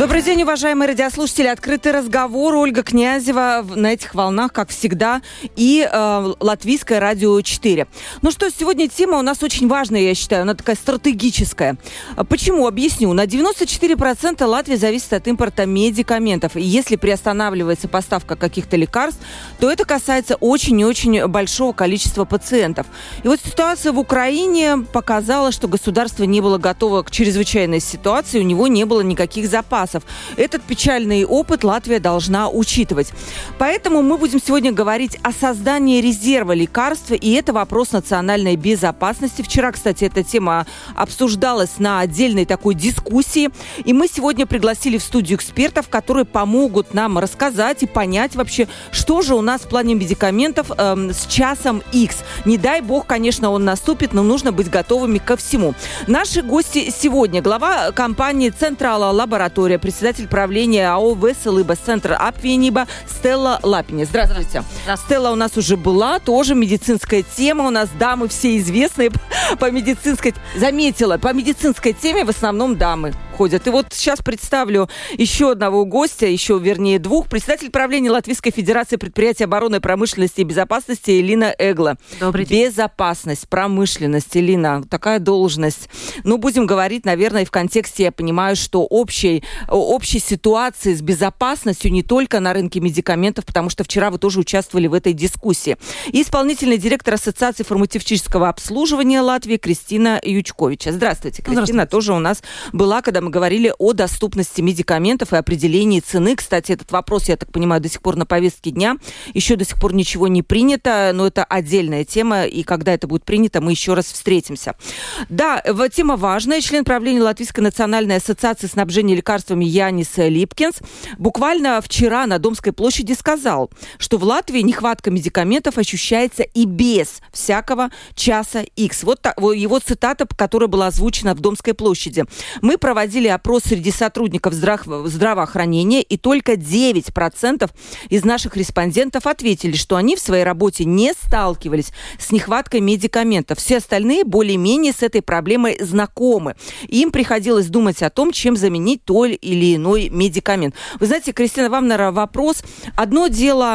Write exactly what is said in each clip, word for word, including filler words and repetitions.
Добрый день, уважаемые радиослушатели. Открытый разговор. Ольга Князева на этих волнах, как всегда, и э, Латвийское радио четыре. Ну что, сегодня тема у нас очень важная, я считаю. Она такая стратегическая. Почему? Объясню. На девяносто четыре процента Латвия зависит от импорта медикаментов. И если приостанавливается поставка каких-то лекарств, то это касается очень и очень большого количества пациентов. И вот ситуация в Украине показала, что государство не было готово к чрезвычайной ситуации, у него не было никаких запасов. Этот печальный опыт Латвия должна учитывать. Поэтому мы будем сегодня говорить о создании резерва лекарств, и это вопрос национальной безопасности. Вчера, кстати, эта тема обсуждалась на отдельной такой дискуссии, и мы сегодня пригласили в студию экспертов, которые помогут нам рассказать и понять вообще, что же у нас в плане медикаментов э, с часом X. Не дай бог, конечно, он наступит, но нужно быть готовыми ко всему. Наши гости сегодня: глава компании «Централа Лаборатория», председатель правления АО «Веселыба Центр Апвиениба» Стелла Лапине. Здравствуйте. Здравствуйте. Стелла у нас уже была, тоже медицинская тема. У нас дамы все известные по медицинской... Заметила, по медицинской теме в основном дамы ходят. И вот сейчас представлю еще одного гостя, еще, вернее, двух. Председатель правления Латвийской Федерации предприятий обороны, промышленности и безопасности Элина Эгла. Добрый день. Безопасность, промышленность. Элина, такая должность. Ну, будем говорить, наверное, в контексте, я понимаю, что общей, общей ситуации с безопасностью не только на рынке медикаментов, потому что вчера вы тоже участвовали в этой дискуссии. И исполнительный директор Ассоциации фармацевтического обслуживания Латвии Кристина Ючковича. Здравствуйте, Кристина. Здравствуйте. Тоже у нас была, когда мы говорили о доступности медикаментов и определении цены. Кстати, этот вопрос, я так понимаю, до сих пор на повестке дня. Еще до сих пор ничего не принято, но это отдельная тема, и когда это будет принято, мы еще раз встретимся. Да, тема важная. Член правления Латвийской национальной ассоциации снабжения лекарствами Янис Липкинс буквально вчера на Домской площади сказал, что в Латвии нехватка медикаментов ощущается и без всякого часа X. Вот та, его цитата, которая была озвучена в Домской площади. Мы проводили опрос среди сотрудников здраво- здравоохранения, и только девять процентов из наших респондентов ответили, что они в своей работе не сталкивались с нехваткой медикаментов. Все остальные более-менее с этой проблемой знакомы. Им приходилось думать о том, чем заменить тот или иной медикамент. Вы знаете, Кристина, вам, наверное, вопрос. Одно дело,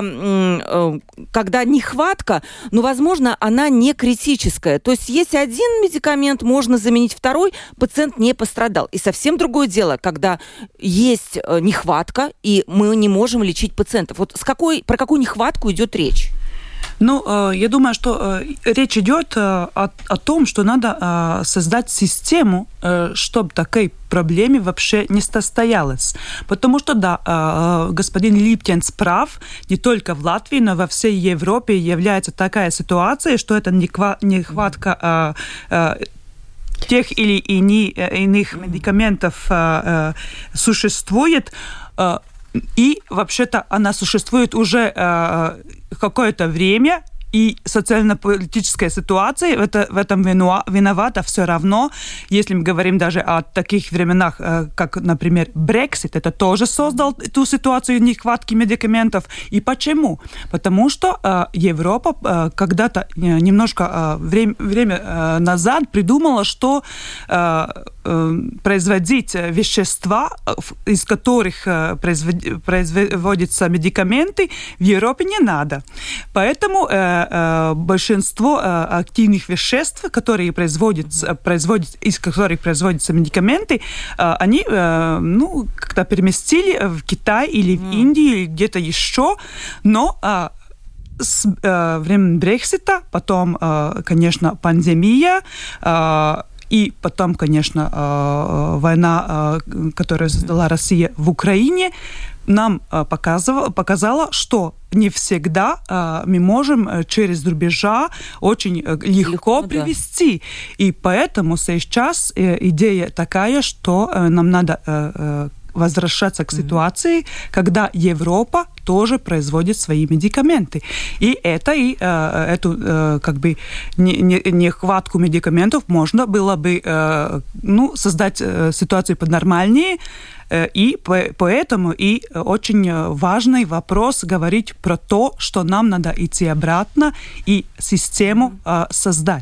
когда нехватка, но, возможно, она не критическая. То есть, если один медикамент можно заменить второй, пациент не пострадал. И совсем другое дело, когда есть нехватка, и мы не можем лечить пациентов. Вот с какой, про какую нехватку идет речь? Ну, я думаю, что речь идет о, о том, что надо создать систему, чтобы такой проблеме вообще не состоялось. Потому что, да, господин Липкинс прав, не только в Латвии, но во всей Европе является такая ситуация, что это нехватка тех или иных медикаментов существует. И вообще-то она существует уже э, какое-то время, и социально-политическая ситуация в, это, в этом виновата все равно. Если мы говорим даже о таких временах, как, например, Brexit, это тоже создал ту ситуацию нехватки медикаментов. И почему? Потому что э, Европа э, когда-то немножко э, время, время э, назад придумала, что э, э, производить вещества, из которых э, производ, производятся медикаменты, в Европе не надо. Поэтому э, большинство активных веществ, которые производятся, производят, из которых производятся медикаменты, они ну, как-то переместили в Китай или в Индию, или где-то еще, но с временем Брексита, потом, конечно, пандемия, и потом, конечно, война, которую создала Россия в Украине, нам показала, показала, что не всегда э, мы можем через рубежа очень легко, легко привезти. Да. И поэтому сейчас э, идея такая, что э, нам надо э, возвращаться к ситуации, mm-hmm. когда Европа тоже производит свои медикаменты. И это и э, эту э, как бы не, не, нехватку медикаментов можно было бы э, ну, создать э, ситуацию поднормальнее. И поэтому и очень важный вопрос говорить про то, что нам надо идти обратно и систему э, создать.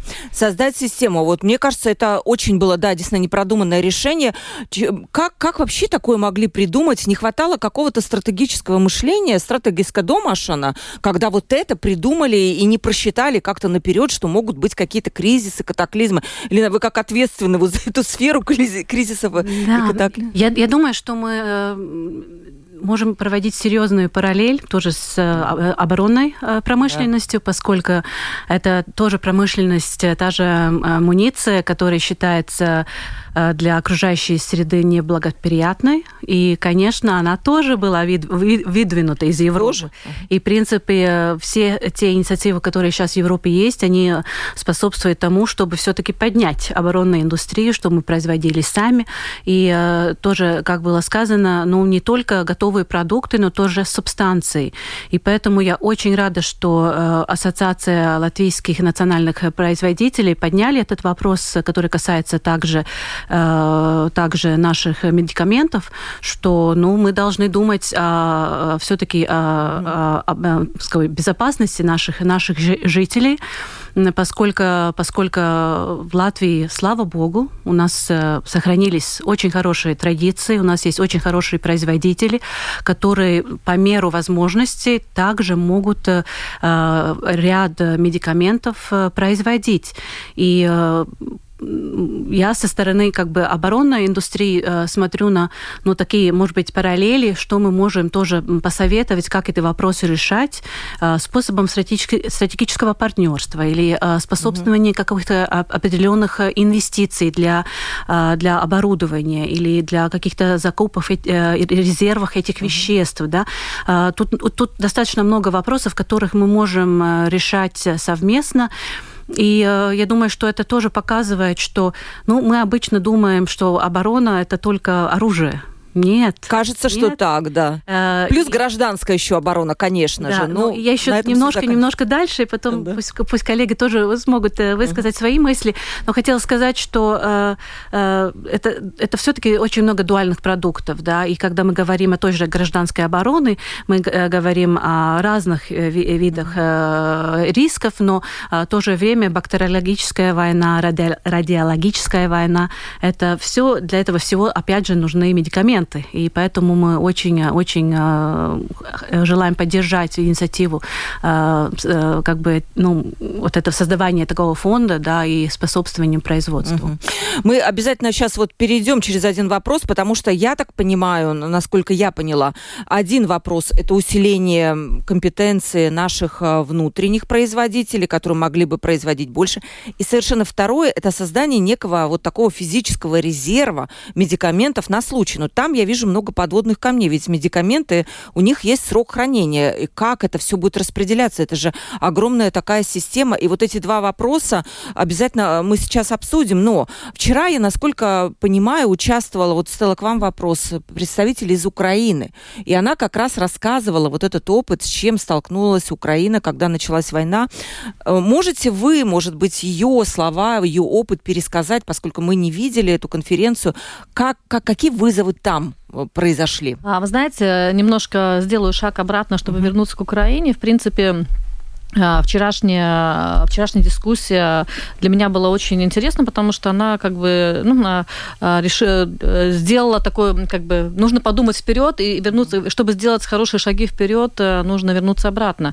Создать систему. Вот мне кажется, это очень было, да, действительно непродуманное решение. Как, как вообще такое могли придумать? Не хватало какого-то стратегического мышления, стратегического домашана, когда вот это придумали и не просчитали как-то наперед, что могут быть какие-то кризисы, катаклизмы. Или вы как ответственны вот за эту сферу кризисов да, и катаклизмов? Я, я думаю, что мы можем проводить серьезную параллель тоже с оборонной промышленностью, да. Поскольку это тоже промышленность, та же амуниция, которая считается для окружающей среды неблагоприятной. И, конечно, она тоже была вид, выдвинута из Европы. Тоже? И, в принципе, все те инициативы, которые сейчас в Европе есть, они способствуют тому, чтобы все-таки поднять оборонную индустрию, чтобы мы производили сами. И э, тоже, как было сказано, ну, не только готовые продукты, но тоже субстанции. И поэтому я очень рада, что э, Ассоциация латвийских национальных производителей подняли этот вопрос, который касается также также наших медикаментов, что ну, мы должны думать о, все-таки о, о, о безопасности наших, наших жителей, поскольку, поскольку в Латвии, слава богу, у нас сохранились очень хорошие традиции, у нас есть очень хорошие производители, которые по меру возможностей также могут ряд медикаментов производить. И я со стороны как бы оборонной индустрии э, смотрю на ну, такие, может быть, параллели, что мы можем тоже посоветовать, как эти вопросы решать э, способом стратегически, стратегического партнерства или э, способствования mm-hmm. каких-то определенных инвестиций для, э, для оборудования или для каких-то закупов, э, резервов этих mm-hmm. веществ. Да? Э, тут, тут достаточно много вопросов, которых мы можем решать совместно. И э, я думаю, что это тоже показывает, что ну, мы обычно думаем, что оборона – это только оружие. Нет. Кажется, нет. что так, да. Э, Плюс и... гражданская еще оборона, конечно да, же. Ну, я еще немножко, немножко дальше, и потом да. пусть, пусть коллеги тоже смогут высказать uh-huh. свои мысли. Но хотела сказать, что э, э, это, это все-таки очень много дуальных продуктов, да, и когда мы говорим о той же гражданской обороне, мы говорим о разных видах э, рисков, но в то же время бактериологическая война, ради, радиологическая война, это все, для этого всего, опять же, нужны медикаменты. И поэтому мы очень-очень э, желаем поддержать инициативу э, э, как бы, ну, вот это создавание такого фонда, да, и способствование производству. Угу. Мы обязательно сейчас вот перейдем через один вопрос, потому что я так понимаю, насколько я поняла, один вопрос – это усиление компетенции наших внутренних производителей, которые могли бы производить больше. И совершенно второе – это создание некого вот такого физического резерва медикаментов на случай. Но там я вижу много подводных камней, ведь медикаменты, у них есть срок хранения. И как это все будет распределяться? Это же огромная такая система. И вот эти два вопроса обязательно мы сейчас обсудим. Но вчера я, насколько понимаю, участвовала, вот Стелла, к вам вопрос, представитель из Украины. И она как раз рассказывала вот этот опыт, с чем столкнулась Украина, когда началась война. Можете вы, может быть, ее слова, ее опыт пересказать, поскольку мы не видели эту конференцию, как, как, какие вызовы там произошли? А, вы знаете, немножко сделаю шаг обратно, чтобы mm-hmm. вернуться к Украине. В принципе, Вчерашняя, вчерашняя дискуссия для меня была очень интересна, потому что она как бы ну, решила, сделала такое, как бы нужно подумать вперед и вернуться, чтобы сделать хорошие шаги вперед, нужно вернуться обратно.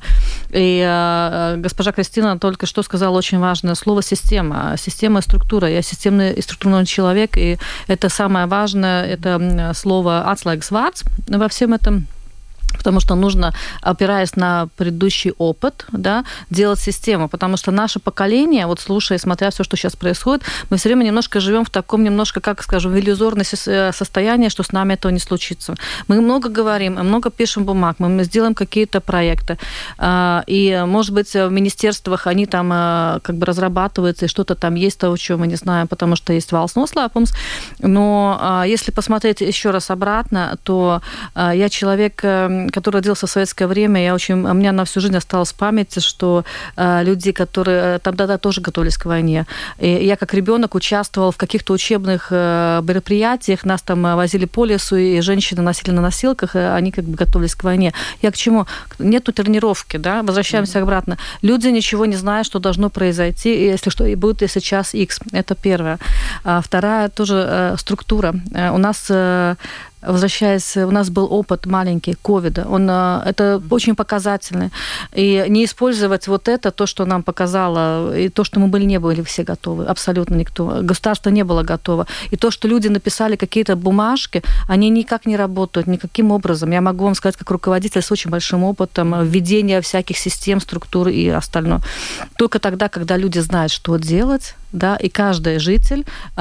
И госпожа Кристина только что сказала очень важное слово «система». Система и структура. Я системный и структурный человек, и это самое важное, это слово «atslēgas vārds» во всем этом. Потому что нужно, опираясь на предыдущий опыт, да, делать систему. Потому что наше поколение, вот слушая, смотря все, что сейчас происходит, мы все время немножко живем в таком немножко, как скажем, иллюзорном состоянии, что с нами этого не случится. Мы много говорим, много пишем бумаг, мы сделаем какие-то проекты. И, может быть, в министерствах они там как бы разрабатываются, и что-то там есть, того, чего мы не знаем, потому что есть valsts. Но если посмотреть еще раз обратно, то я человек который родился в советское время, я очень, у меня на всю жизнь осталось в памяти, что люди, которые там тогда тоже готовились к войне. И я как ребенок участвовала в каких-то учебных мероприятиях, нас там возили по лесу, и женщины носили на носилках, и они как бы готовились к войне. Я к чему? Нету тренировки, да, возвращаемся mm-hmm. обратно. Люди ничего не знают, что должно произойти, если что, и будет если час X. Это первое. А вторая тоже структура. У нас возвращаясь, у нас был опыт маленький ковида. Он, это очень показательный. И не использовать вот это, то, что нам показало, и то, что мы были, не были все готовы. Абсолютно никто. Государство не было готово. И то, что люди написали какие-то бумажки, они никак не работают, никаким образом. Я могу вам сказать, как руководитель с очень большим опытом введения всяких систем, структур и остальное. Только тогда, когда люди знают, что делать, да, и каждый житель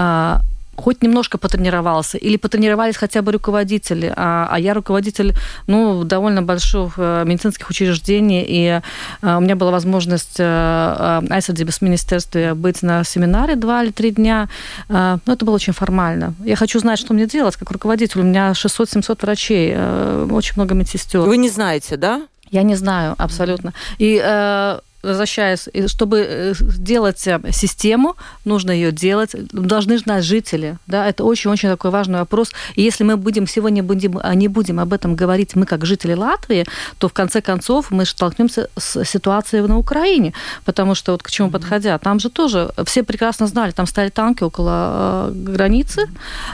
хоть немножко потренировался, или потренировались хотя бы руководители, а, а я руководитель, ну, довольно больших медицинских учреждений, и а, у меня была возможность Aizsardzības министерстве быть на семинаре два или три дня, а, ну, это было очень формально. Я хочу знать, что мне делать как руководитель, у меня шестьсот-семьсот врачей, а, очень много медсестер. Вы не знаете, да? Я не знаю, абсолютно. И а, возвращаясь, чтобы сделать систему, нужно ее делать, должны знать жители. Да? Это очень-очень такой важный вопрос. И если мы будем сегодня будем, не будем об этом говорить, мы как жители Латвии, то в конце концов мы столкнемся с ситуацией на Украине. Потому что, вот к чему mm-hmm. подходя, там же тоже все прекрасно знали, там стояли танки около границы,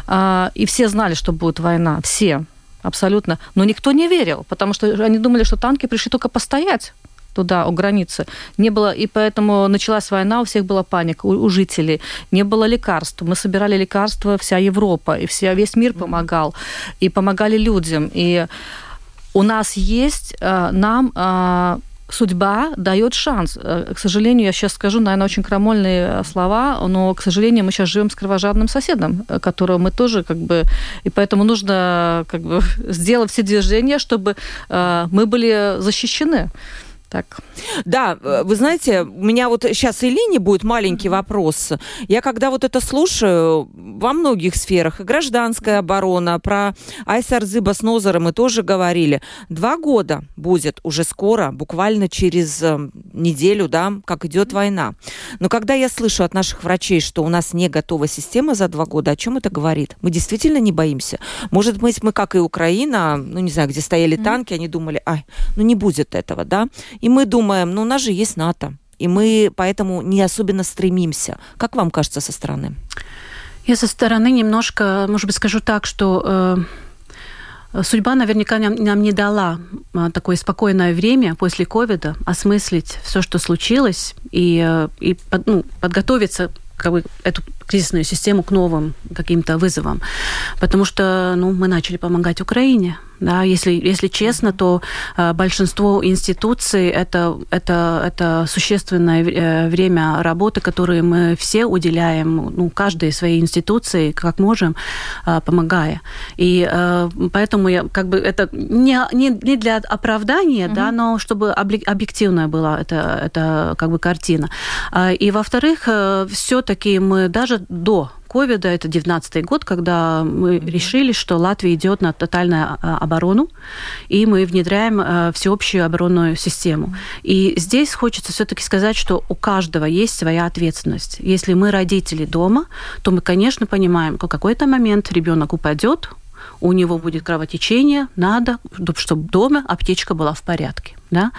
и все знали, что будет война. Все. Абсолютно. Но никто не верил, потому что они думали, что танки пришли только постоять туда, у границы. Не было, и поэтому началась война, у всех была паника, у, у жителей. Не было лекарств. Мы собирали лекарства, вся Европа, и вся, весь мир помогал. И помогали людям. И у нас есть, нам судьба дает шанс. К сожалению, я сейчас скажу, наверное, очень крамольные слова, но, к сожалению, мы сейчас живем с кровожадным соседом, которого мы тоже как бы... И поэтому нужно как бы сделать все движения, чтобы мы были защищены. Так. Да, вы знаете, у меня вот сейчас и Лине будет маленький вопрос. Я когда вот это слушаю, во многих сферах, и гражданская оборона, про Aizsardzības nozare мы тоже говорили. Два года будет уже скоро, буквально через неделю, да, как идет война. Но когда я слышу от наших врачей, что у нас не готова система за два года, о чем это говорит? Мы действительно не боимся? Может быть, мы, как и Украина, ну, не знаю, где стояли танки, они думали, ай, ну, не будет этого, да? И мы думаем, ну, у нас же есть НАТО, и мы поэтому не особенно стремимся. Как вам кажется со стороны? Я со стороны немножко, может быть, скажу так, что э, судьба наверняка нам, нам не дала э, такое спокойное время после ковида осмыслить все, что случилось, и, э, и под, ну, подготовиться как бы, эту кризисную систему к новым каким-то вызовам. Потому что ну, мы начали помогать Украине. Да, если, если честно, то э, большинство институций это, это, это существенное э, время работы, которое мы все уделяем, ну, каждой своей институции, как можем, э, помогая. И э, поэтому я, как бы, это не, не, не для оправдания, mm-hmm. да, но чтобы объективная была эта, эта как бы, картина. И, во-вторых, э, все-таки мы даже до ковида, это девятнадцатый год, когда мы mm-hmm. решили, что Латвия идет на тотальную оборону, и мы внедряем всеобщую оборонную систему. Mm-hmm. И здесь хочется все-таки сказать, что у каждого есть своя ответственность. Если мы родители дома, то мы, конечно, понимаем, что в какой-то момент ребенок упадет, у него будет кровотечение, надо, чтобы дома аптечка была в порядке.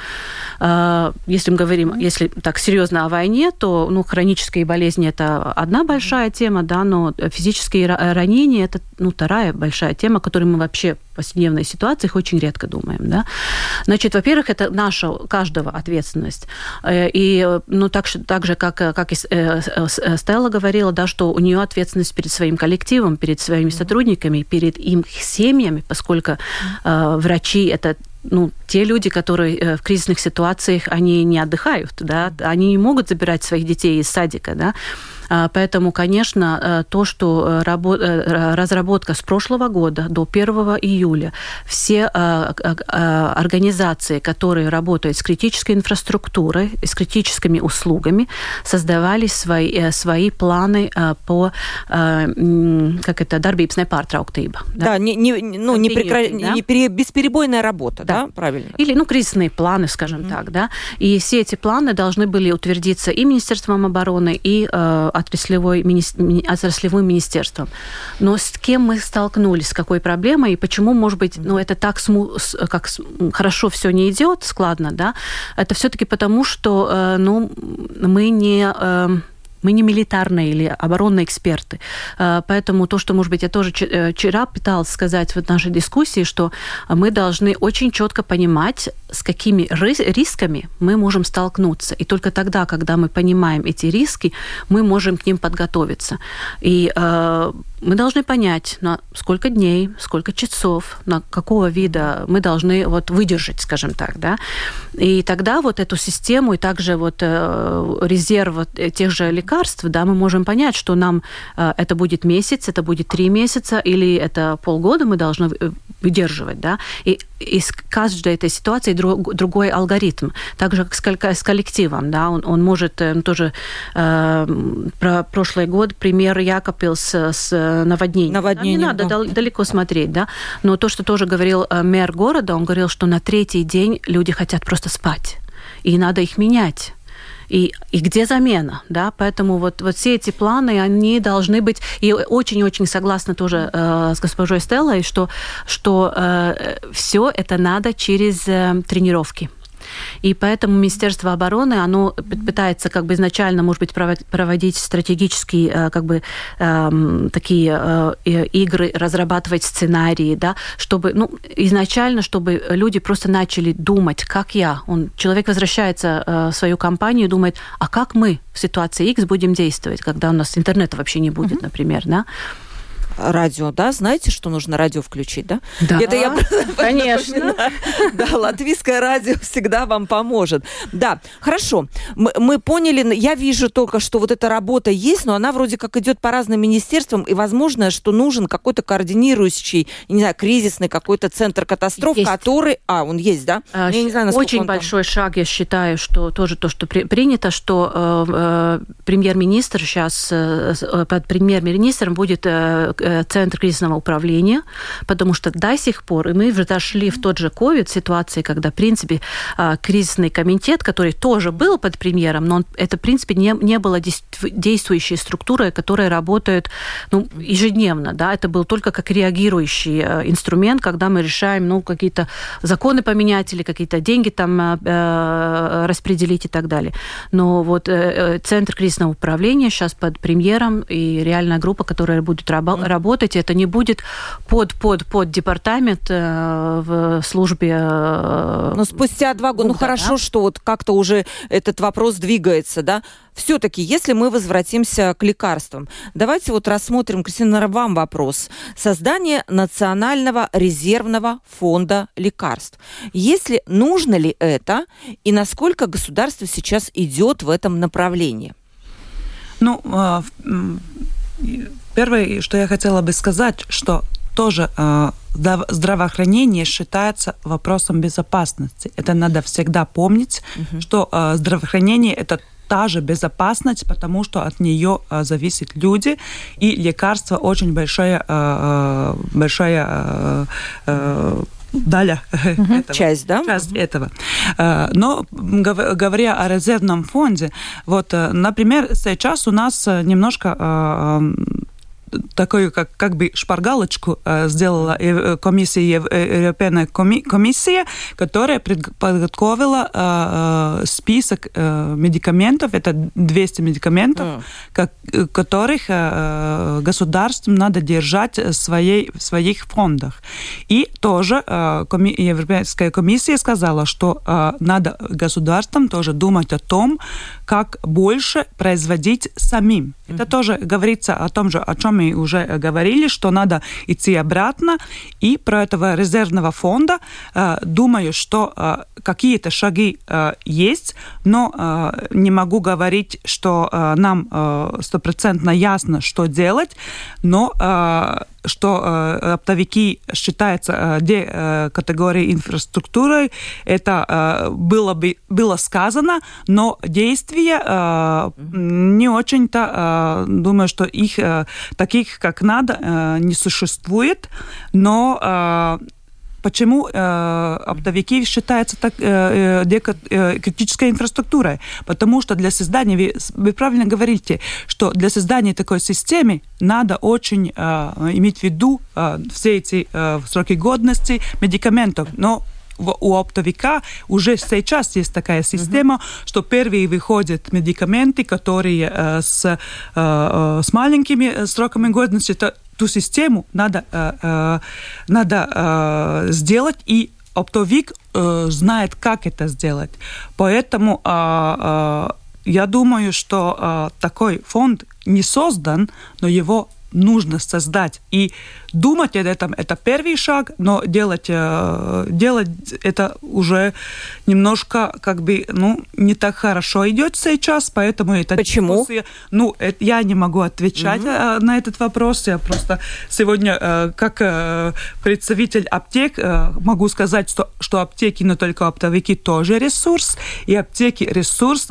Да? Если мы говорим, если так серьезно о войне, то ну, хронические болезни – это одна большая тема, да, но физические ранения – это ну, вторая большая тема, о которой мы вообще в повседневной ситуации очень редко думаем. Да? Значит, во-первых, это наша, каждого ответственность. И ну, так, так же, как, как и Стелла говорила, да, что у нее ответственность перед своим коллективом, перед своими сотрудниками, перед их семьями, поскольку э, врачи – это ну, те люди, которые в кризисных ситуациях, они не отдыхают, да, они не могут забирать своих детей из садика, да, Поэтому, конечно, то, что разработка с прошлого года до первого июля, все организации, которые работают с критической инфраструктурой, с критическими услугами, создавали свои, свои планы по, как это, darbības nepārtrauktība. Да, да не, не, ну, не, прекра... да? не пере... бесперебойная работа, да, да? Правильно? Или, ну, кризисные планы, скажем mm-hmm. так, да. И все эти планы должны были утвердиться и Министерством обороны, и э, отраслевой, мини... отраслевым министерством. Но с кем мы столкнулись, с какой проблемой, и почему, может быть, ну, это так сму... как хорошо все не идет, складно, да, это все-таки потому, что, э, ну, мы не... Э, Мы не милитарные или оборонные эксперты. Поэтому то, что, может быть, я тоже вчера пыталась сказать в нашей дискуссии, что мы должны очень четко понимать, с какими рисками мы можем столкнуться. И только тогда, когда мы понимаем эти риски, мы можем к ним подготовиться. И мы должны понять, на сколько дней, сколько часов, на какого вида мы должны вот выдержать, скажем так, да. И тогда вот эту систему и также вот резерв тех же лекарств, да, мы можем понять, что нам это будет месяц, это будет три месяца или это полгода мы должны выдерживать, да. И из каждой этой ситуации друг, другой алгоритм, так же как с коллективом, да, он, он может тоже э, про прошлый год пример Якобилс с наводнением. Наводнением, не надо да. далеко смотреть, да, но то, что тоже говорил мэр города, он говорил, что на третий день люди хотят просто спать, и надо их менять. И, и где замена, да, поэтому вот, вот все эти планы, они должны быть, и очень-очень согласна тоже э, с госпожой Стеллой, что, что э, все это надо через э, тренировки. И поэтому Министерство обороны, оно пытается как бы изначально, может быть, проводить стратегические как бы такие игры, разрабатывать сценарии, да, чтобы, ну, изначально, чтобы люди просто начали думать, как я. Он, человек возвращается в свою компанию и думает, а как мы в ситуации X будем действовать, когда у нас интернета вообще не будет, mm-hmm. например, да? Радио, да? Знаете, что нужно радио включить, да? Да, это я конечно. Да, латвийское радио всегда вам поможет. Да, хорошо. Мы, мы поняли, я вижу только, что вот эта работа есть, но она вроде как идет по разным министерствам, и возможно, что нужен какой-то координирующий, не знаю, кризисный какой-то центр катастроф, есть. который... А, он есть, да? А, я не знаю, очень большой там. шаг, я считаю, что тоже то, что при, принято, что э, э, премьер-министр сейчас, э, под премьер-министром будет... Э, Центр кризисного управления, потому что до сих пор, и мы уже дошли в тот же ковид ситуации, когда, в принципе, кризисный комитет, который тоже был под премьером, но он, это, в принципе, не, не было действующей структурой, которая работает ну, ежедневно. Да? Это был только как реагирующий инструмент, когда мы решаем ну, какие-то законы поменять или какие-то деньги там э, распределить и так далее. Но вот э, Центр кризисного управления сейчас под премьером и реальная группа, которая будет работать, работать, это не будет под, под, под департамент э, в службе... Э, Но спустя два года, ну хорошо, да? что вот как-то уже этот вопрос двигается, да? Все-таки, если мы возвратимся к лекарствам, давайте вот рассмотрим, Кристина, вам вопрос. Создание Национального резервного фонда лекарств. Если нужно ли это, и насколько государство сейчас идет в этом направлении? Ну, первое, что я хотела бы сказать, что тоже э, здравоохранение считается вопросом безопасности. Это надо всегда помнить, uh-huh. что э, здравоохранение – это та же безопасность, потому что от нее э, зависят люди, и лекарство очень большое, э, большое э, э, Даля uh-huh. этого. Часть, да? Часть uh-huh. этого. Но говоря о резервном фонде, вот, например, сейчас у нас немножко такую, как, как бы шпаргалочку э, сделала комиссия, Европейная комиссия, которая подготовила э, список э, медикаментов, это двести медикаментов, mm. как, которых э, государствам надо держать в, своей, в своих фондах. И тоже э, коми, Европейская комиссия сказала, что э, надо государствам тоже думать о том, как больше производить самим. Mm-hmm. Это тоже говорится о том же, о чем мы мы уже говорили, что надо идти обратно. И про этого резервного фонда думаю, что какие-то шаги есть, но не могу говорить, что нам стопроцентно ясно, что делать, но что оптовики считаются де категорией инфраструктуры, это было бы было сказано, но действия не очень-то, думаю, что их таких, как надо, не существует, но почему э, оптовики считаются так, э, дека, э, критической инфраструктурой? Потому что для создания, вы, вы правильно говорите, что для создания такой системы надо очень э, иметь в виду э, все эти э, сроки годности медикаментов. Но у оптовика уже сейчас есть такая система, mm-hmm. что первые выходят медикаменты, которые э, с, э, э, с маленькими сроками годности. Ту систему надо, э, надо э, сделать, и оптовик э, знает, как это сделать. Поэтому э, э, я думаю, что э, такой фонд не создан, но его нужно создать. И думать об этом – это первый шаг, но делать, э, делать это уже немножко как бы, ну, не так хорошо идет сейчас, поэтому это... Почему? Дискуссия, ну, это, я не могу отвечать mm-hmm. на этот вопрос. Я просто сегодня, э, как э, представитель аптек, э, могу сказать, что, что аптеки, но только оптовики тоже ресурс, и аптеки ресурс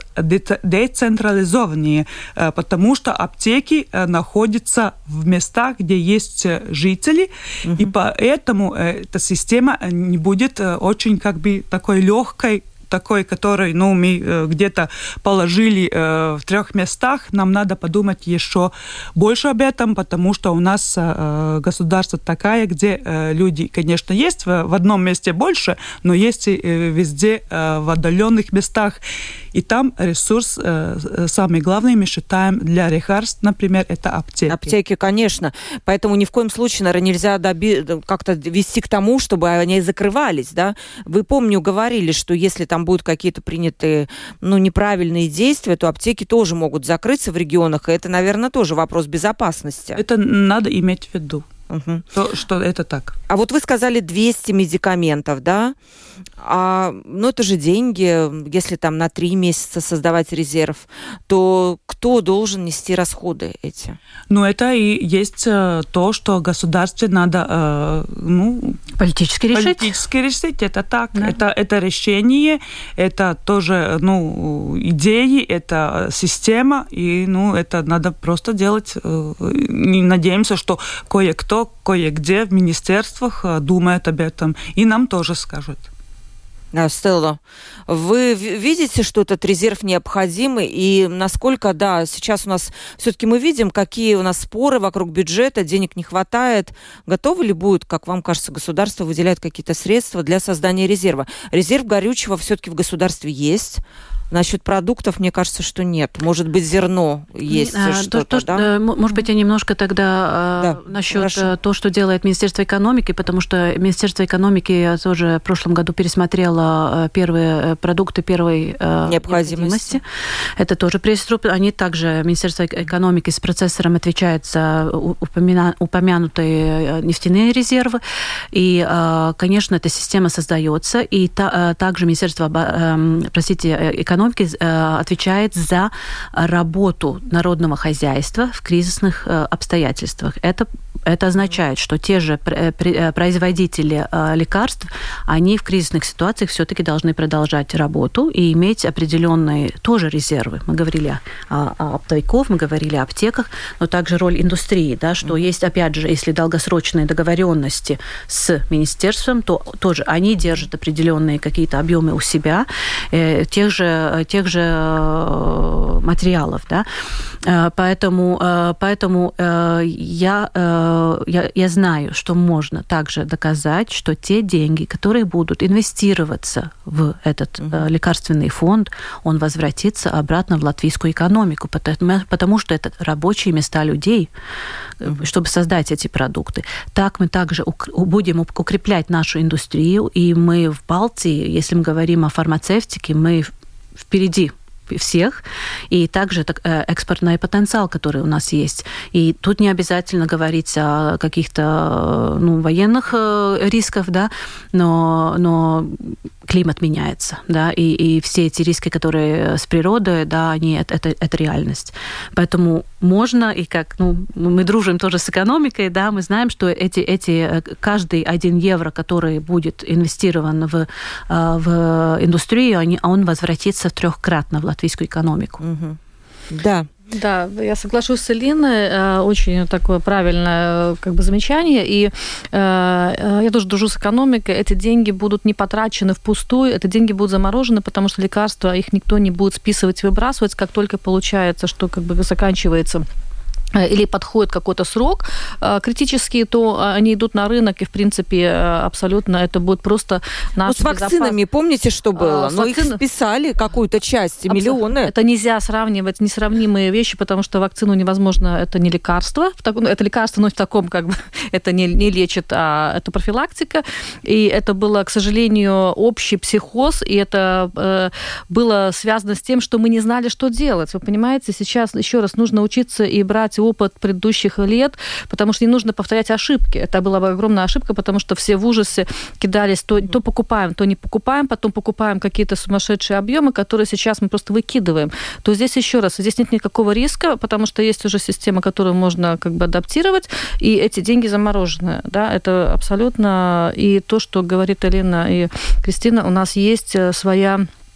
децентрализованные, э, потому что аптеки э, находятся в местах, где есть жители, uh-huh. и поэтому эта система не будет очень как бы такой легкой, такой, который, ну, мы где-то положили э, в трех местах, нам надо подумать еще больше об этом, потому что у нас э, государство такое, где э, люди, конечно, есть в, в одном месте больше, но есть и э, везде э, в отдаленных местах. И там ресурс, э, самый главный, мы считаем, для лекарств, например, это аптеки. Аптеки, конечно. Поэтому ни в коем случае, наверное, нельзя доби- как-то вести к тому, чтобы они закрывались, да? Вы, помню, говорили, что если там будут какие-то принятые, ну, неправильные действия, то аптеки тоже могут закрыться в регионах, и это, наверное, тоже вопрос безопасности. Это надо иметь в виду. Угу. То, что это так. А вот вы сказали двести медикаментов, да? А, ну, это же деньги. Если там на три месяца создавать резерв, то кто должен нести расходы эти? Ну, это и есть то, что государстве надо, ну... Политически решить. Политически решить, это так. Да. Это, это решение, это тоже, ну, идеи, это система, и, ну, это надо просто делать. И надеемся, что кое-кто кое-где в министерствах думает об этом, и нам тоже скажут. Да, Стелла, вы видите, что этот резерв необходимый, и насколько, да, сейчас у нас все-таки мы видим, какие у нас споры вокруг бюджета, денег не хватает. Готовы ли будет, как вам кажется, государство выделять какие-то средства для создания резерва? Резерв горючего все-таки в государстве есть. Насчет продуктов, мне кажется, что нет. Может быть, зерно есть а, что-то, то, что, да? Может быть, я немножко тогда да, насчет того, что делает Министерство экономики, потому что Министерство экономики тоже в прошлом году пересмотрело первые продукты первой необходимости. необходимости. Это тоже преступ. Они также, Министерство экономики с процессором отвечает за упомя... упомянутые нефтяные резервы. И, конечно, эта система создается. И та, также Министерство, простите, экономики отвечает за работу народного хозяйства в кризисных обстоятельствах. Это, это означает, что те же производители лекарств, они в кризисных ситуациях все-таки должны продолжать работу и иметь определенные тоже резервы. Мы говорили о, о оптовиках, мы говорили о аптеках, но также роль индустрии, да, что есть, опять же, если долгосрочные договоренности с министерством, то тоже они держат определенные какие-то объемы у себя, э, тех же тех же материалов, да, поэтому, поэтому я, я, я знаю, что можно также доказать, что те деньги, которые будут инвестироваться в этот mm-hmm. лекарственный фонд, он возвратится обратно в латвийскую экономику, потому, потому что это рабочие места людей, mm-hmm. чтобы создать эти продукты. Так мы также будем укреплять нашу индустрию, и мы в Балтии, если мы говорим о фармацевтике, мы впереди, всех, и также экспортный потенциал, который у нас есть. И тут не обязательно говорить о каких-то ну, военных рисках, да, но, но климат меняется, да, и, и все эти риски, которые с природой, да, они, это, это, это реальность. Поэтому можно, и как, ну, мы дружим тоже с экономикой, да, мы знаем, что эти, эти, каждый один евро, который будет инвестирован в, в индустрию, он возвратится трехкратно в латвийскую экономику. Угу. Да. Да, я соглашусь с Элиной. Очень такое правильное как бы, замечание. И э, я тоже дружу с экономикой. Эти деньги будут не потрачены впустую, эти деньги будут заморожены, потому что лекарства, их никто не будет списывать и выбрасывать, как только получается, что как бы заканчивается или подходит какой-то срок критический, то они идут на рынок, и, в принципе, абсолютно это будет просто наш безопасность. Ну, с вакцинами, помните, что было? Но вакцин... их списали какую-то часть, Абсо... миллионы. Это нельзя сравнивать, несравнимые вещи, потому что вакцину невозможно, это не лекарство, это лекарство, но в таком, как бы, это не, не лечит, а это профилактика, и это было, к сожалению, общий психоз, и это э, было связано с тем, что мы не знали, что делать. Вы понимаете, сейчас еще раз нужно учиться и брать опыт предыдущих лет, потому что не нужно повторять ошибки. Это была бы огромная ошибка, потому что все в ужасе кидались, то, то покупаем, то не покупаем, потом покупаем какие-то сумасшедшие объемы, которые сейчас мы просто выкидываем. То здесь еще раз, здесь нет никакого риска, потому что есть уже система, которую можно как бы адаптировать, и эти деньги заморожены. Да? Это абсолютно... И то, что говорит Элина и Кристина, у нас есть своя...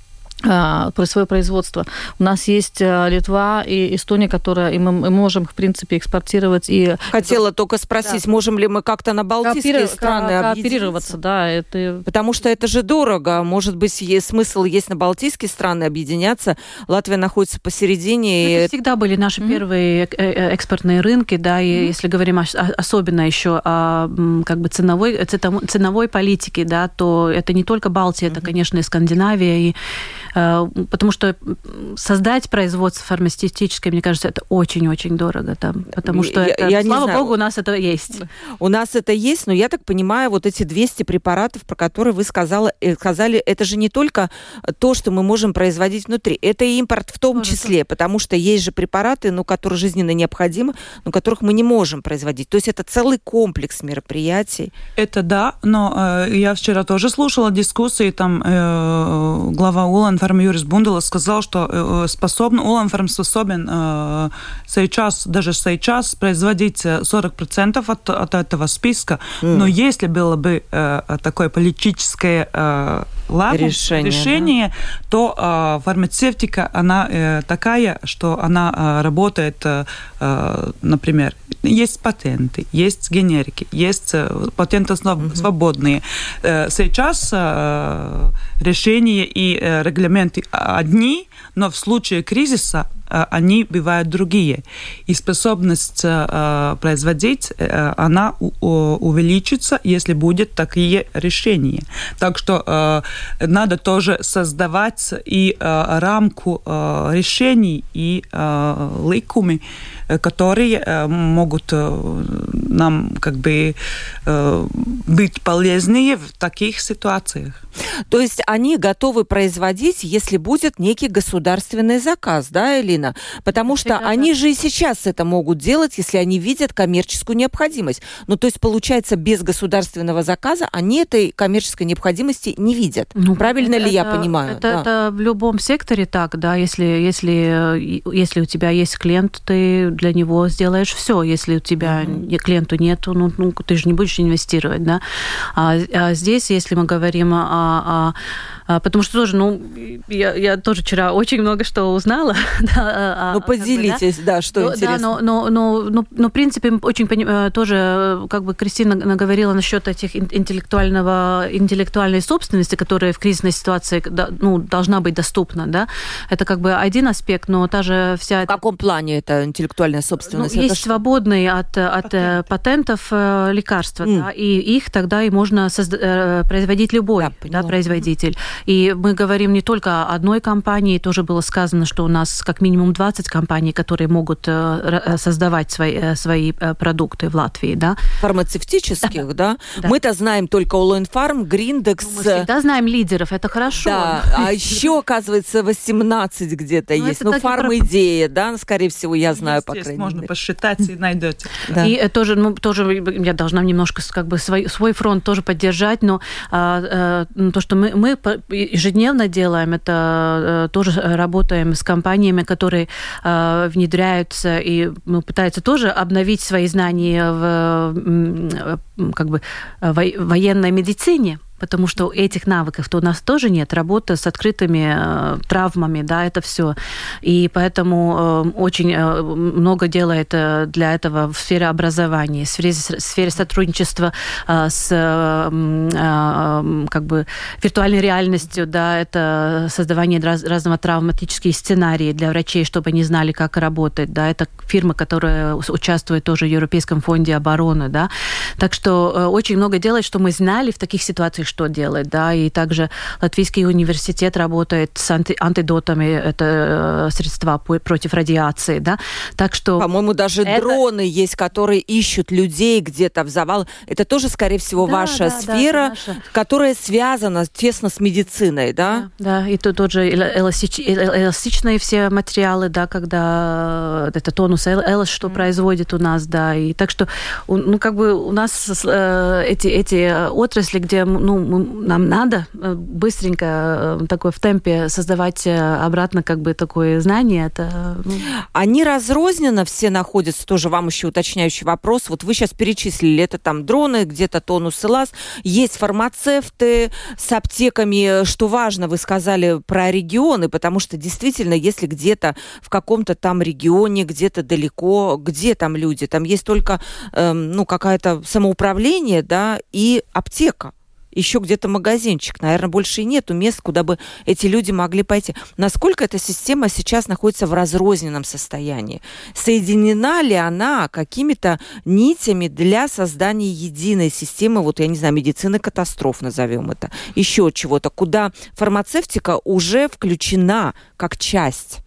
про свое производство. У нас есть Литва и Эстония, которые и мы можем, в принципе, экспортировать. И Хотела это... только спросить, да. можем ли мы как-то на балтийские Коопери... страны кооперироваться? Да, это... Потому что это же дорого. Может быть, есть смысл есть на балтийские страны объединяться. Латвия находится посередине. Это и... всегда были наши mm-hmm. первые экспортные рынки, да, и mm-hmm. если говорим особенно еще о как бы ценовой, ценовой политике, да, то это не только Балтия, mm-hmm. это, конечно, и Скандинавия, и потому что создать производство фармацевтическое, мне кажется, это очень-очень дорого там, потому что, я, это, я слава богу, у нас это есть. У нас это есть, но я так понимаю, вот эти двести препаратов, про которые вы сказала, сказали, это же не только то, что мы можем производить внутри, это и импорт в том Тоже числе, то. Потому что есть же препараты, ну, которые жизненно необходимы, но которых мы не можем производить. То есть это целый комплекс мероприятий. Это да, но э, я вчера тоже слушала дискуссии, там э, глава Улан Юрис Бундела сказал, что способен, Уланфарм способен э, сейчас, даже сейчас производить сорок процентов от, от этого списка, mm. но если было бы э, такое политическое э, ладно, решение, решение да? то э, фармацевтика, она э, такая, что она э, работает, э, например, есть патенты, есть генерики, есть э, патенты mm-hmm. свободные. Э, сейчас э, решения и э, регламенты одни, но в случае кризиса они бывают другие. И способность э, производить, э, она у, увеличится, если будут такие решения. Так что э, надо тоже создавать и э, рамку э, решений, и э, ликумы, которые э, могут э, нам как бы э, быть полезнее в таких ситуациях. То есть они готовы производить, если будет некий государственный заказ, да, Элина? Потому что Всегда они да. же и сейчас это могут делать, если они видят коммерческую необходимость. Ну, то есть, получается, без государственного заказа они этой коммерческой необходимости не видят. Ну, Правильно это, ли я понимаю? Это, да. это в любом секторе так, да. Если, если, если у тебя есть клиент, ты для него сделаешь все. Если у тебя mm-hmm. клиенту нету, ну, ну, ты же не будешь инвестировать, да. А, а здесь, если мы говорим о... о потому что тоже, ну, я, я тоже вчера очень много что узнала. Да, ну, поделитесь, да, да что но, интересно. Да, но, но, но, но, но, в принципе, очень тоже, как бы Кристина говорила насчет этих интеллектуального, интеллектуальной собственности, которая в кризисной ситуации, ну, должна быть доступна, да. Это как бы один аспект, но та же вся... В каком плане это интеллектуальная собственность? Ну, это есть что? свободные от, от Патент. патентов лекарства, mm. да, и их тогда и можно созда- производить любой да, да, производитель. И мы говорим не только о одной компании, тоже было сказано, что у нас как минимум двадцать компаний, которые могут создавать свои, свои продукты в Латвии, да. Фармацевтических, да? да? да. Мы-то знаем только Оллоинфарм, Гриндекс. Мы всегда знаем лидеров, это хорошо. Да, а еще, оказывается, восемнадцать где-то ну, есть. Ну, фарм-идея, да, скорее всего, я знаю, по крайней мере. Можно посчитать и найдете. Да. И тоже, ну, тоже я должна немножко как бы свой, свой фронт тоже поддержать, но а, а, то, что мы, мы ежедневно делаем, это а, тоже работаем с компаниями, которые а, внедряются и ну, пытаются тоже обновить свои знания в как бы военной медицине. Потому что этих навыков-то у нас тоже нет. Работа с открытыми э, травмами, да, это все. И поэтому э, очень э, много делает э, для этого в сфере образования, в сфере, в сфере сотрудничества э, с э, э, как бы виртуальной реальностью, да, это создавание раз, разного травматических сценариев для врачей, чтобы они знали, как работать, да, это фирма, которая участвует тоже в Европейском фонде обороны, да. Так что э, очень много делает, что мы знали в таких ситуациях, что делать, да, и также Латвийский университет работает с анти- антидотами, это средства против радиации, да, так что... По-моему, даже это... дроны есть, которые ищут людей где-то в завал. Это тоже, скорее всего, да, ваша да, сфера, да, наша... которая связана тесно с медициной, да? Да, да. И то, тот же эластич... эластичные все материалы, да, когда это тонус элас, что mm. производит у нас, да, и так что, ну, как бы у нас э, эти, эти отрасли, где, ну, нам надо быстренько такой в темпе создавать обратно как бы такое знание. Это, ну... Они разрозненно все находятся, тоже вам еще уточняющий вопрос. Вот вы сейчас перечислили, это там дроны, где-то тонус элас, есть фармацевты с аптеками. Что важно, вы сказали про регионы, потому что действительно, если где-то в каком-то там регионе, где-то далеко, где там люди? Там есть только эм, ну, какое-то самоуправление, да, и аптека. Еще где-то магазинчик. Наверное, больше и нету мест, куда бы эти люди могли пойти. Насколько эта система сейчас находится в разрозненном состоянии? Соединена ли она какими-то нитями для создания единой системы, вот, я не знаю, медицины катастроф, назовем это, еще чего-то, куда фармацевтика уже включена как часть?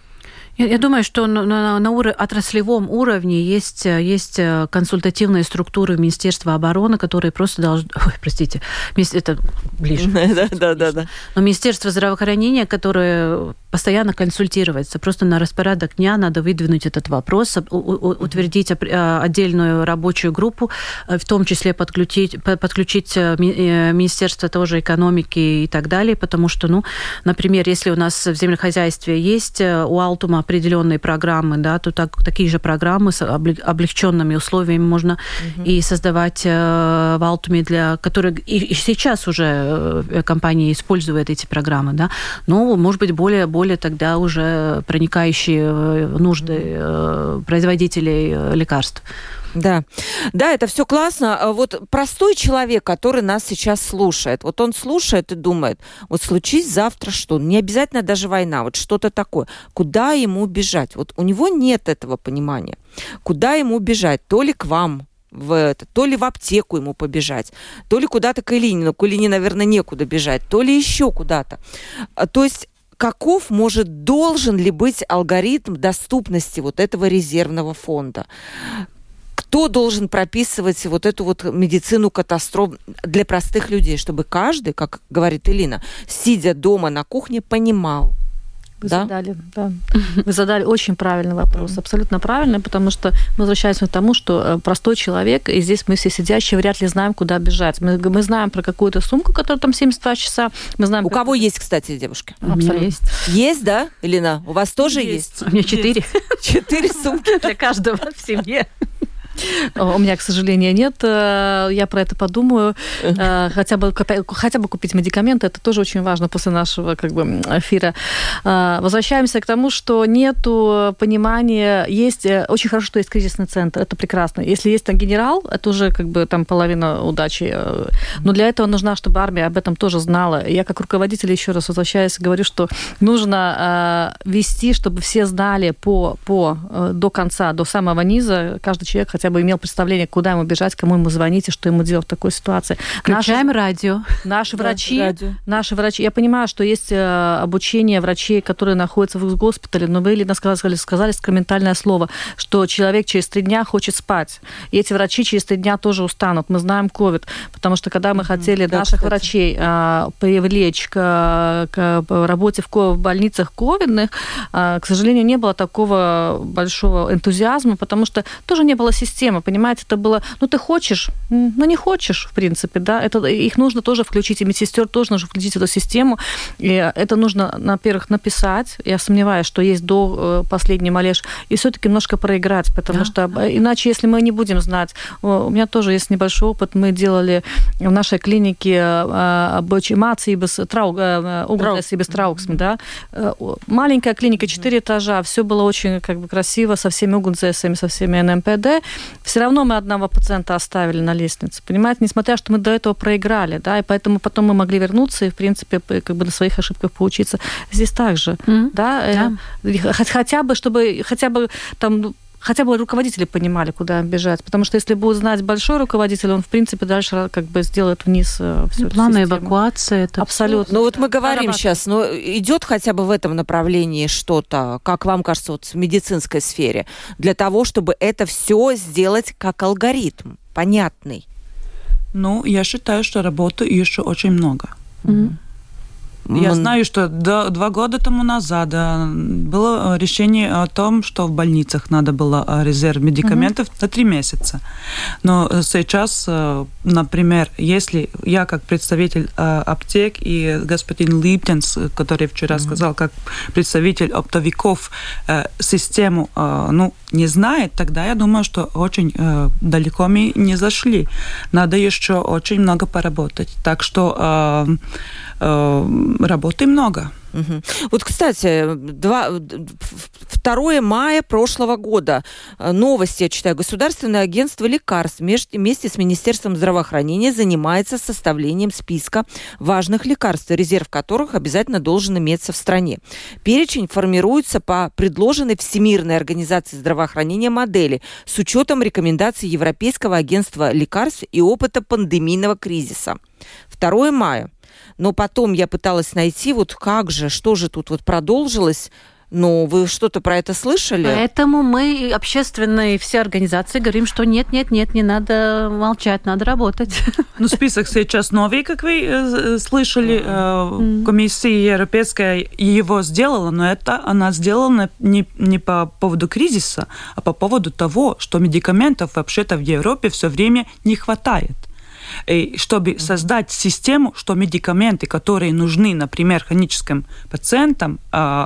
Я думаю, что на, на, на ур... отраслевом уровне есть, есть консультативные структуры Министерства обороны, которые просто должны... Ой, простите, это ближе. Да, да, да. Но Министерство здравоохранения, которое постоянно консультируется. Просто на распорядок дня надо выдвинуть этот вопрос, утвердить отдельную рабочую группу, в том числе подключить, подключить Министерство тоже экономики и так далее, потому что, ну, например, если у нас в землехозяйстве есть у Алтума определенные программы, да, то так, такие же программы с облегченными условиями можно угу. и создавать в Алтуме, для которых и, и сейчас уже компании используют эти программы, да, но, может быть, более, более тогда уже проникающие в нужды производителей лекарств. Да, да, это все классно. Вот простой человек, который нас сейчас слушает, вот он слушает и думает, вот случись завтра что, не обязательно даже война, вот что-то такое, куда ему бежать? Вот у него нет этого понимания. Куда ему бежать? То ли к вам, в это, то ли в аптеку ему побежать, то ли куда-то к Элине, но к Элине, наверное, некуда бежать, то ли еще куда-то. То есть каков может, должен ли быть алгоритм доступности вот этого резервного фонда? Кто должен прописывать вот эту вот медицину катастроф для простых людей, чтобы каждый, как говорит Элина, сидя дома на кухне, понимал? Вы да? задали, да. Вы задали очень правильный вопрос, абсолютно правильный, потому что мы возвращаемся к тому, что простой человек, и здесь мы все сидящие вряд ли знаем, куда бежать. Мы, мы знаем про какую-то сумку, которая там семьдесят два часа. Мы знаем, у кого есть, кстати, девушки? Абсолютно. Есть. Есть, да, Элина? У вас тоже есть? есть? У меня четыре. Четыре сумки для каждого в семье. У меня, к сожалению, нет. Я про это подумаю. Хотя бы, хотя бы купить медикаменты, это тоже очень важно после нашего как бы, эфира. Возвращаемся к тому, что нету понимания. Есть очень хорошо, что есть кризисный центр. Это прекрасно. Если есть там генерал, это уже как бы там половина удачи. Но для этого нужна, чтобы армия об этом тоже знала. Я как руководитель, еще раз возвращаюсь, говорю, что нужно вести, чтобы все знали по, по, до конца, до самого низа, каждый человек хотя хотя бы имел представление, куда ему бежать, кому ему звонить и что ему делать в такой ситуации. Включаем наши, радио. Наши да, врачи, радио. наши врачи. Я понимаю, что есть обучение врачей, которые находятся в госпитале, но вы, Елена, сказали, сказали скроментальное слово, что человек через три дня хочет спать. И эти врачи через три дня тоже устанут. Мы знаем ковид, потому что когда мы mm-hmm. хотели да, наших кстати. врачей а, привлечь к, к работе в, в больницах ковидных, а, к сожалению, не было такого большого энтузиазма, потому что тоже не было системы, понимаете, это было, ну ты хочешь, ну не хочешь, в принципе, да, это, их нужно тоже включить, и медсестер тоже нужно включить в эту систему, и это нужно, во-первых, написать, я сомневаюсь, что есть до последней малеш, и все-таки немножко проиграть, потому да, что да. иначе, если мы не будем знать, у меня тоже есть небольшой опыт, мы делали в нашей клинике обучимации без угодности без трауксми, да, маленькая клиника, четыре этажа, все было очень как бы красиво, со всеми угодзесами, со всеми эн эм пэ дэ, все равно мы одного пациента оставили на лестнице, понимаете, несмотря, что мы до этого проиграли, да, и поэтому потом мы могли вернуться и, в принципе, как бы на своих ошибках поучиться. Здесь также, mm-hmm. да, yeah. хотя бы, чтобы, хотя бы там хотя бы руководители понимали, куда бежать. Потому что если будет знать большой руководитель, он, в принципе, дальше как бы сделает вниз всю эту планы систему. Эвакуации. Это абсолютно. Ну вот мы говорим сейчас, но идет хотя бы в этом направлении что-то, как вам кажется, вот в медицинской сфере, для того, чтобы это все сделать как алгоритм, понятный? Ну, я считаю, что работы еще очень много. Mm-hmm. Я знаю, что до, два года тому назад было решение о том, что в больницах надо было резерв медикаментов mm-hmm. на три месяца. Но сейчас, например, если я как представитель аптек и господин Липтенс, который вчера mm-hmm. сказал, как представитель оптовиков, систему ну, не знает, тогда я думаю, что очень далеко мы не зашли. Надо еще очень много поработать. Так что работы много. Угу. Вот, кстати, второго мая прошлого года новости, я читаю, Государственное агентство лекарств вместе с Министерством здравоохранения занимается составлением списка важных лекарств, резерв которых обязательно должен иметься в стране. Перечень формируется по предложенной Всемирной организации здравоохранения модели с учетом рекомендаций Европейского агентства лекарств и опыта пандемийного кризиса. второго мая. Но потом я пыталась найти, вот как же, что же тут вот продолжилось. Ну, вы что-то про это слышали? Поэтому мы, общественные все организации, говорим, что нет, нет, нет, не надо молчать, надо работать. Ну, список сейчас новый, как вы слышали. Mm. Комиссия Европейская его сделала, но это она сделала не, не по поводу кризиса, а по поводу того, что медикаментов вообще-то в Европе все время не хватает. И чтобы создать систему, что медикаменты, которые нужны, например, хроническим пациентам,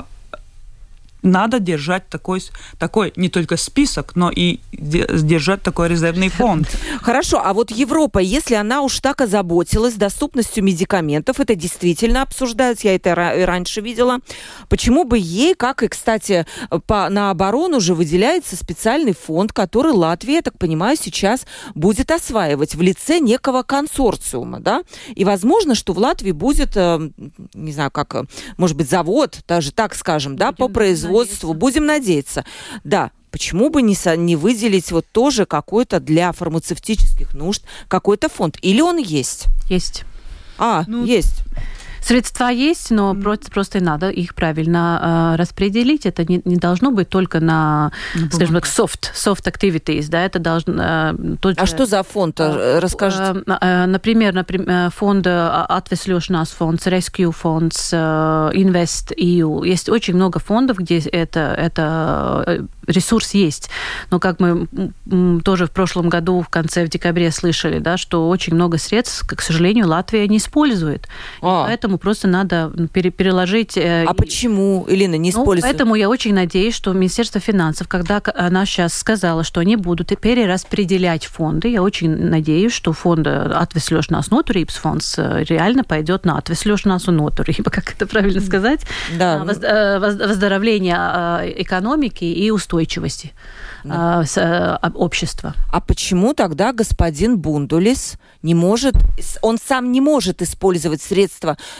надо держать такой, такой не только список, но и держать такой резервный фонд. Хорошо, а вот Европа, если она уж так озаботилась доступностью медикаментов, это действительно обсуждается, я это и раньше видела, почему бы ей, как и, кстати, по, на оборону же выделяется специальный фонд, который Латвия, я так понимаю, сейчас будет осваивать в лице некого консорциума, да? И возможно, что в Латвии будет, не знаю, как, может быть, завод, даже так скажем, да, по производству. Будем надеяться. Да, почему бы не, со, не выделить вот тоже какой-то для фармацевтических нужд какой-то фонд? Или он есть? Есть. А, ну, есть. Средства есть, но mm. просто, просто надо их правильно э, распределить. Это не, не должно быть только на, mm. скажем так, soft, soft activities. Да, это должно, э, только, а что за фонд? Э, Расскажите. Э, э, например, например, фонд Atvesļošanās фонд, Rescue фонд, Invest и ю. Есть очень много фондов, где это, это ресурс есть. Но как мы тоже в прошлом году, в конце в декабре слышали, да, что очень много средств, к сожалению, Латвия не использует. А. Поэтому просто надо переложить... А и... почему, Елена, не использует? Ну, поэтому я очень надеюсь, что Министерство финансов, когда она сейчас сказала, что они будут перераспределять фонды, я очень надеюсь, что фонд Atvesļošanās noturības фонд реально пойдет на Atvesļošanās un noturība, как это правильно сказать? Да. Воздоровление экономики и устойчивости да. общества. А почему тогда господин Бундулис не может, он сам не может использовать средства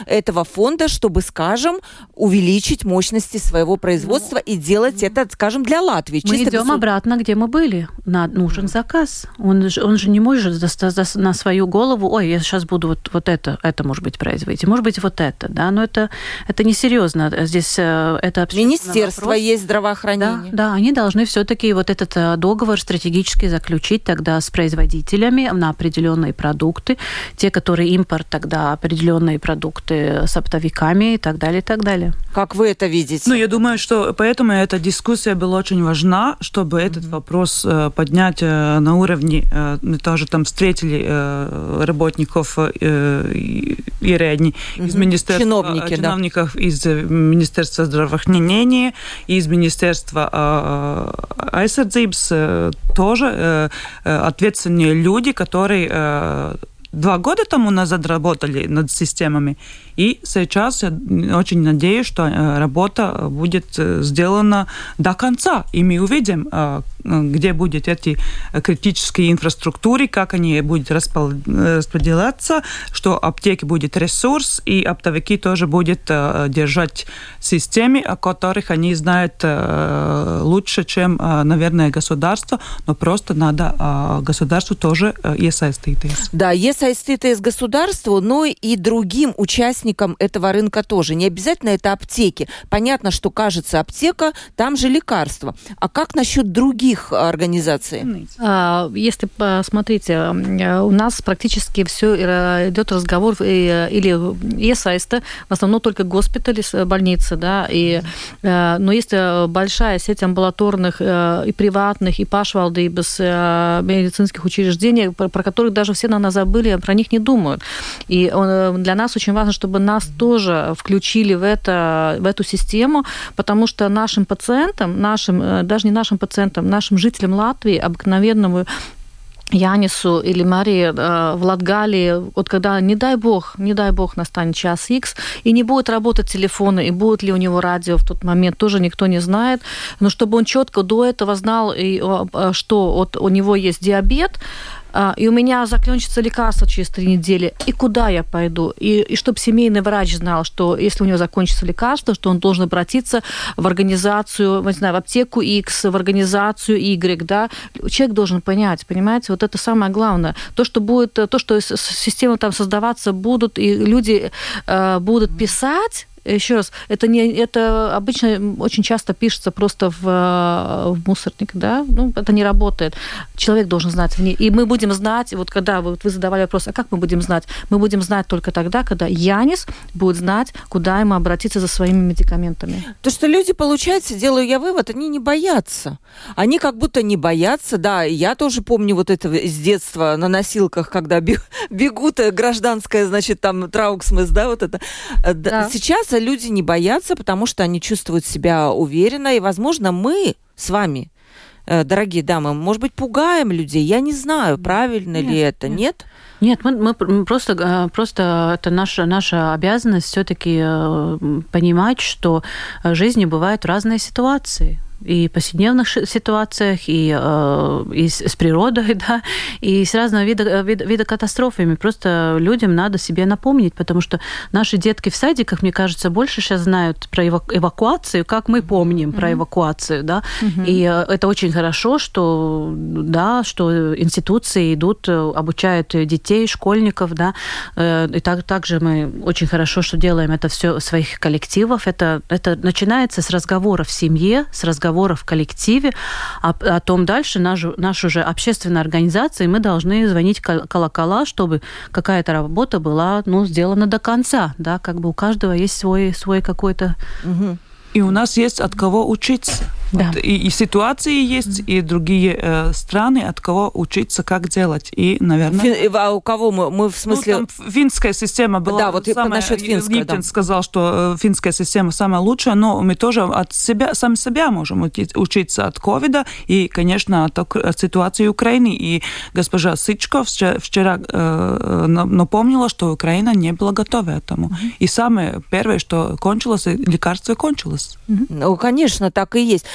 этого фонда, чтобы, скажем, увеличить мощности своего производства ну, и делать ну, это, скажем, для Латвии. Мы идем государ... обратно, где мы были. На, нужен заказ. Он же, он же не может на свою голову, ой, я сейчас буду вот, вот это, это, может быть, производить. Может быть, вот это, да, но это, это несерьезно. Здесь это Министерство вопрос. Есть здравоохранение. Да, да, они должны все-таки вот этот договор стратегически заключить тогда с производителями на определенные продукты, те, которые импорт, тогда определенные продукты с оптовиками и так далее, и так далее. Как вы это видите? Ну, я думаю, что поэтому эта дискуссия была очень важна, чтобы mm-hmm. этот вопрос поднять на уровне, мы тоже там встретили работников и mm-hmm. из Министерства, Чиновники, чиновников да. из Министерства здравоохранения, из Министерства aizsardzības, тоже ответственные люди, которые два года тому назад работали над системами, и сейчас я очень надеюсь, что работа будет сделана до конца, и мы увидим, где будут эти критические инфраструктуры, как они будут распределяться, что аптеки будет ресурс, и оптовики тоже будут держать системы, о которых они знают лучше, чем, наверное, государство, но просто надо государству тоже iesaistīties. Да, iesaistīties государству, но и другим участникам этого рынка тоже. Не обязательно это аптеки. Понятно, что, кажется, аптека, там же лекарства. А как насчет других организаций? Если посмотрите, у нас практически все идет разговор или iesaista, в основном только госпитали, больницы, да, и, но есть большая сеть амбулаторных и приватных, и pašvaldības медицинских учреждений, про которых даже все, наверное, забыли, про них не думают. И для нас очень важно, чтобы нас тоже включили в, это, в эту систему, потому что нашим пациентам, нашим, даже не нашим пациентам, нашим жителям Латвии, обыкновенному Янису или Марии в Латгалии, вот когда, не дай бог, не дай бог, настанет час X, и не будет работать телефоны, и будет ли у него радио в тот момент, тоже никто не знает, но чтобы он четко до этого знал, что вот у него есть диабет, и у меня закончится лекарство через три недели, и куда я пойду? И, и чтобы семейный врач знал, что если у него закончится лекарство, что он должен обратиться в организацию, не знаю, в аптеку X, в организацию Y, да? Человек должен понять, понимаете? Вот это самое главное. То, что будет, то, что системы там создаваться будут, и люди э, будут писать, еще раз, это не, это обычно очень часто пишется просто в, в мусорник, да, ну, это не работает. Человек должен знать. И мы будем знать, вот когда вот вы задавали вопрос, а как мы будем знать? Мы будем знать только тогда, когда Янис будет знать, куда ему обратиться за своими медикаментами. То, что люди, получается, делаю я вывод, они не боятся. Они как будто не боятся, да, я тоже помню вот это с детства на носилках, когда бегут, гражданская, значит, там, трауксмыс, да, вот это. Да. Сейчас люди не боятся, потому что они чувствуют себя уверенно, и, возможно, мы с вами, дорогие дамы, может быть, пугаем людей. Я не знаю, правильно нет, ли это, нет? Нет, мы, мы просто, просто это наша, наша обязанность все-таки понимать, что в жизни бывают разные ситуации. И в повседневных ситуациях, и, э, и с, с природой, да, и с разного вида, вида, вида катастрофами. Просто людям надо себе напомнить, потому что наши детки в садиках, мне кажется, больше сейчас знают про эвакуацию, как мы помним mm-hmm. про эвакуацию, да. Mm-hmm. И э, это очень хорошо, что, да, что институции идут, обучают детей, школьников, да. Э, и так, также мы очень хорошо, что делаем это все в своих коллективах. Это, это начинается с разговора в семье, с разговора в коллективе, а о том дальше нашу, нашу же общественную организацию мы должны звонить колокола, чтобы какая-то работа была, ну, сделана до конца, да, как бы у каждого есть свой, свой какой-то... Угу. И у нас есть от кого учиться. Да. Вот, и, и ситуации есть, и другие э, страны, от кого учиться, как делать. И, наверное... Фин, а у кого мы, мы в смысле... Ну, там финская система была... Да, вот самая, насчет финской, Липтин да. сказал, что финская система самая лучшая, но мы тоже от себя, сами себя можем учиться от ковида и, конечно, от, от ситуации Украины. И госпожа Сычко вчера, вчера э, напомнила, что Украина не была готова к этому. Mm-hmm. И самое первое, что кончилось, лекарство кончилось. Mm-hmm. Ну, конечно, так и есть.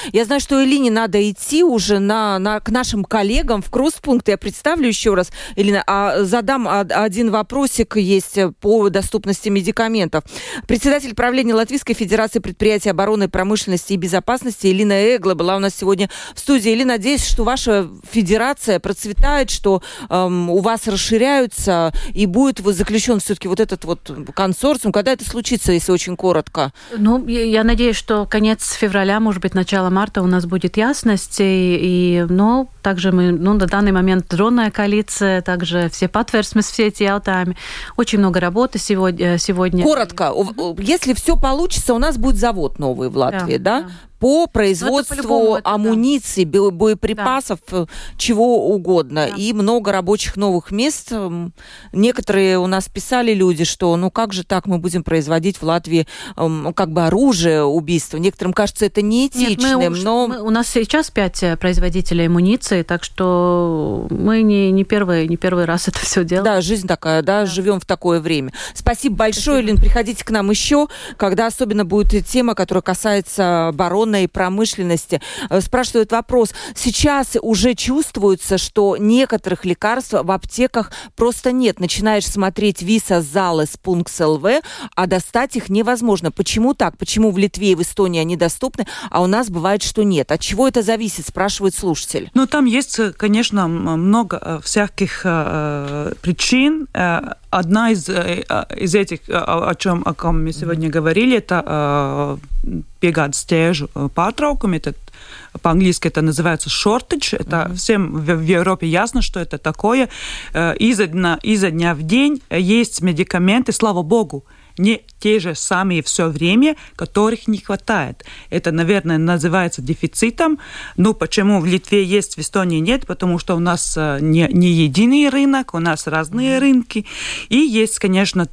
Я знаю, что Элине надо идти уже на, на, к нашим коллегам в кросс-пункт. Я представлю еще раз, Элина, а задам один вопросик есть по доступности медикаментов. Председатель правления Латвийской Федерации предприятий обороны, промышленности и безопасности Элина Эгла была у нас сегодня в студии. Элина, надеюсь, что ваша федерация процветает, что эм, у вас расширяются и будет заключен все-таки вот этот вот консорциум. Когда это случится, если очень коротко? Ну, я надеюсь, что конец февраля, может быть, начало марта у нас будет ясность. И, и, но также мы, ну, на данный момент дронная коалиция, также все подтвердят все эти jautājumi. Очень много работы сегодня. сегодня. Коротко. Если все получится, у нас будет завод новый в Латвии, да? да? да. По производству это, амуниции, да. боеприпасов, да. чего угодно. Да. И много рабочих новых мест. Некоторые у нас писали люди, что ну как же так мы будем производить в Латвии как бы оружие убийства. Некоторым кажется это неэтичным. Нет, мы, но... мы, у нас сейчас пять производителей амуниции, так что мы не, не, первый, не первый раз это все делаем. Да, жизнь такая, да, да. живем в такое время. Спасибо большое, Элин. Приходите к нам еще, когда особенно будет тема, которая касается обороны и промышленности. Спрашивают вопрос. Сейчас уже чувствуется, что некоторых лекарств в аптеках просто нет. Начинаешь смотреть Виса, Залес, Пункс эл ви, а достать их невозможно. Почему так? Почему в Литве и в Эстонии они доступны, а у нас бывает, что нет? От чего это зависит, спрашивает слушатель. Ну, там есть, конечно, много всяких э, причин. Одна из, из этих, о чем, о ком мы сегодня mm-hmm. говорили, это э, piegādes ķēžu pārtraukumi. Это, по-английски это называется shortage. Это mm-hmm. всем в, в Европе ясно, что это такое. Изо дня, изо дня в день есть медикаменты, слава богу, не те же самые все время, которых не хватает. Это, наверное, называется дефицитом. Ну, почему в Литве есть, в Эстонии нет? Потому что у нас не, не единый рынок, у нас разные mm-hmm. рынки. И есть, конечно,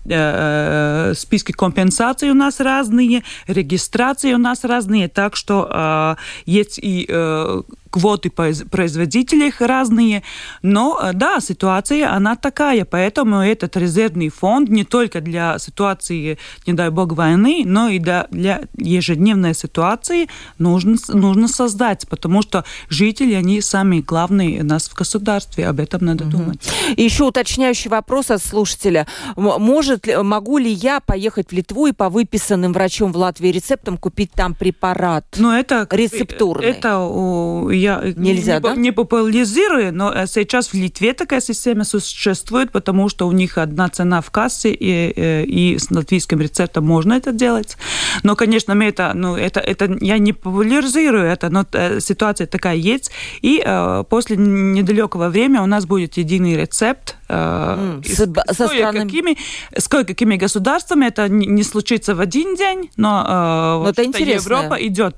списки компенсаций у нас разные, регистрации у нас разные. Так что есть и квоты производителей разные. Но, да, ситуация, она такая. Поэтому этот резервный фонд не только для ситуации, не дай бог, войны, но и для, для ежедневной ситуации нужно, нужно создать. Потому что жители, они самые главные у нас в государстве. Об этом надо угу. думать. И еще уточняющий вопрос от слушателя. Может, могу ли я поехать в Литву и по выписанным врачом в Латвии рецептам купить там препарат ну, это, рецептурный? Это я Нельзя, не, да? не популяризирую, но сейчас в Литве такая система существует, потому что у них одна цена в кассе, и, и, и с латвийским рецептом можно это делать. Но, конечно, мы это, ну, это, это я не популяризирую это, но ситуация такая есть. И э, после недалекого времени у нас будет единый рецепт э, mm, с, с, со кое-какими, с кое-какими государствами. Это не, не случится в один день, но, э, но Европа идет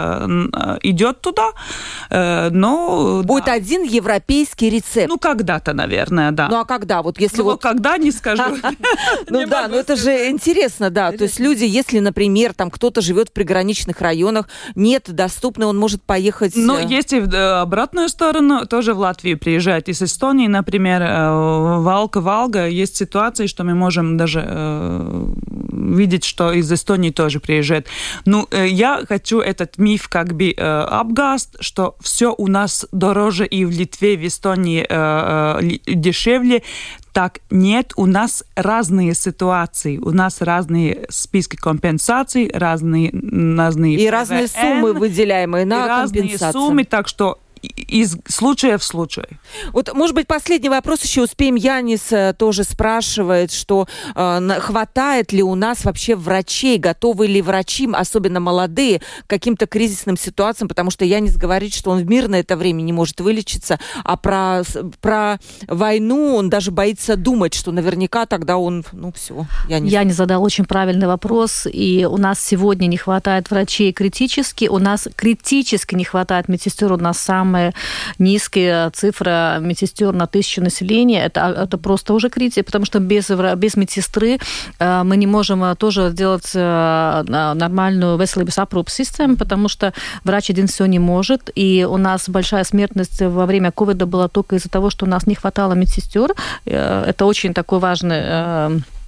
идет туда, но... Будет да. один европейский рецепт. Ну, когда-то, наверное, да. Ну, а когда? Вот если ну, вот... когда, не скажу. Ну да, но это же интересно, да. То есть люди, если, например, там кто-то живет в приграничных районах, нет доступно, он может поехать... Ну, есть и в обратную сторону, тоже в Латвию приезжать. Из Эстонии, например, Валка-Валга, есть ситуации, что мы можем даже видеть, что из Эстонии тоже приезжает. Ну, я хочу этот миф как бы э, обгаст, что все у нас дороже и в Литве, в Эстонии э, э, дешевле. Так нет, у нас разные ситуации, у нас разные списки компенсаций, разные, разные и пэ вэ эн, разные суммы выделяемые на компенсацию. Разные суммы, так что из случая в случай. Вот, может быть, последний вопрос еще успеем. Янис тоже спрашивает, что э, хватает ли у нас вообще врачей, готовы ли врачи, особенно молодые, к каким-то кризисным ситуациям, потому что Янис говорит, что он в мирное это время не может вылечиться, а про, про войну он даже боится думать, что наверняка тогда он, ну все. Янис. Янис задал очень правильный вопрос, и у нас сегодня не хватает врачей критически, у нас критически не хватает медсестер, у нас сам самая низкая цифра медсестер на тысячу населения. Это, это просто уже критика, потому что без, без медсестры мы не можем тоже сделать нормальную veselības aprūpes систему, потому что врач один все не может. И у нас большая смертность во время ковида была только из-за того, что у нас не хватало медсестер. Это очень такой важный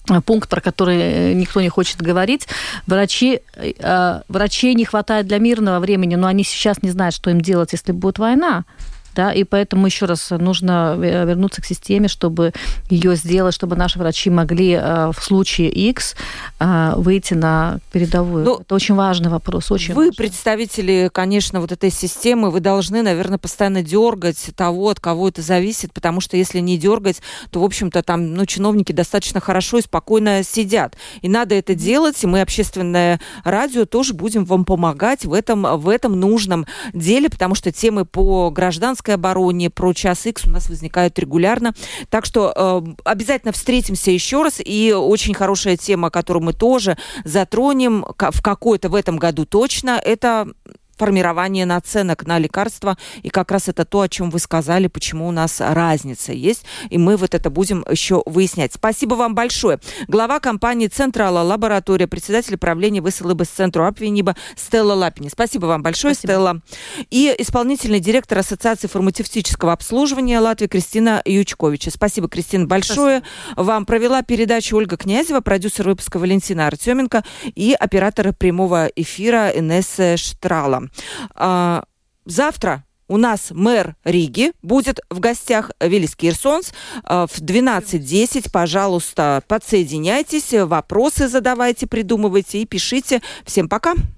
пункт, про который никто не хочет говорить. Врачи, э, врачей не хватает для мирного времени, но они сейчас не знают, что им делать, если будет война. Да, и поэтому еще раз нужно вернуться к системе, чтобы ее сделать, чтобы наши врачи могли в случае X выйти на передовую. Ну, это очень важный вопрос. Очень вы, важный. Представители, конечно, вот этой системы, вы должны, наверное, постоянно дергать того, от кого это зависит, потому что если не дергать, то, в общем-то, там ну, чиновники достаточно хорошо и спокойно сидят. И надо это делать, и мы, общественное радио, тоже будем вам помогать в этом, в этом нужном деле, потому что темы по гражданской обороне, про час Икс у нас возникают регулярно. Так что э, обязательно встретимся еще раз. И очень хорошая тема, которую мы тоже затронем в какой-то в этом году точно, это формирование наценок на лекарства. И как раз это то, о чем вы сказали, почему у нас разница есть. И мы вот это будем еще выяснять. Спасибо вам большое. Глава компании «Централа Лаборатория», председатель правления Веселыбас Центру Апвиниба Стелла Лапини. Спасибо вам большое, Спасибо. Стелла. И исполнительный директор Ассоциации фармацевтического обслуживания Латвии Кристина Ючковича. Спасибо, Кристина, большое. Спасибо. Вам провела передачу Ольга Князева, продюсер выпуска Валентина Артеменко и оператор прямого эфира Инесса Штрала. А, завтра у нас мэр Риги будет в гостях, Вилис Кирсонс, а, в двенадцать десять. Пожалуйста, подсоединяйтесь, вопросы задавайте, придумывайте и пишите. Всем пока!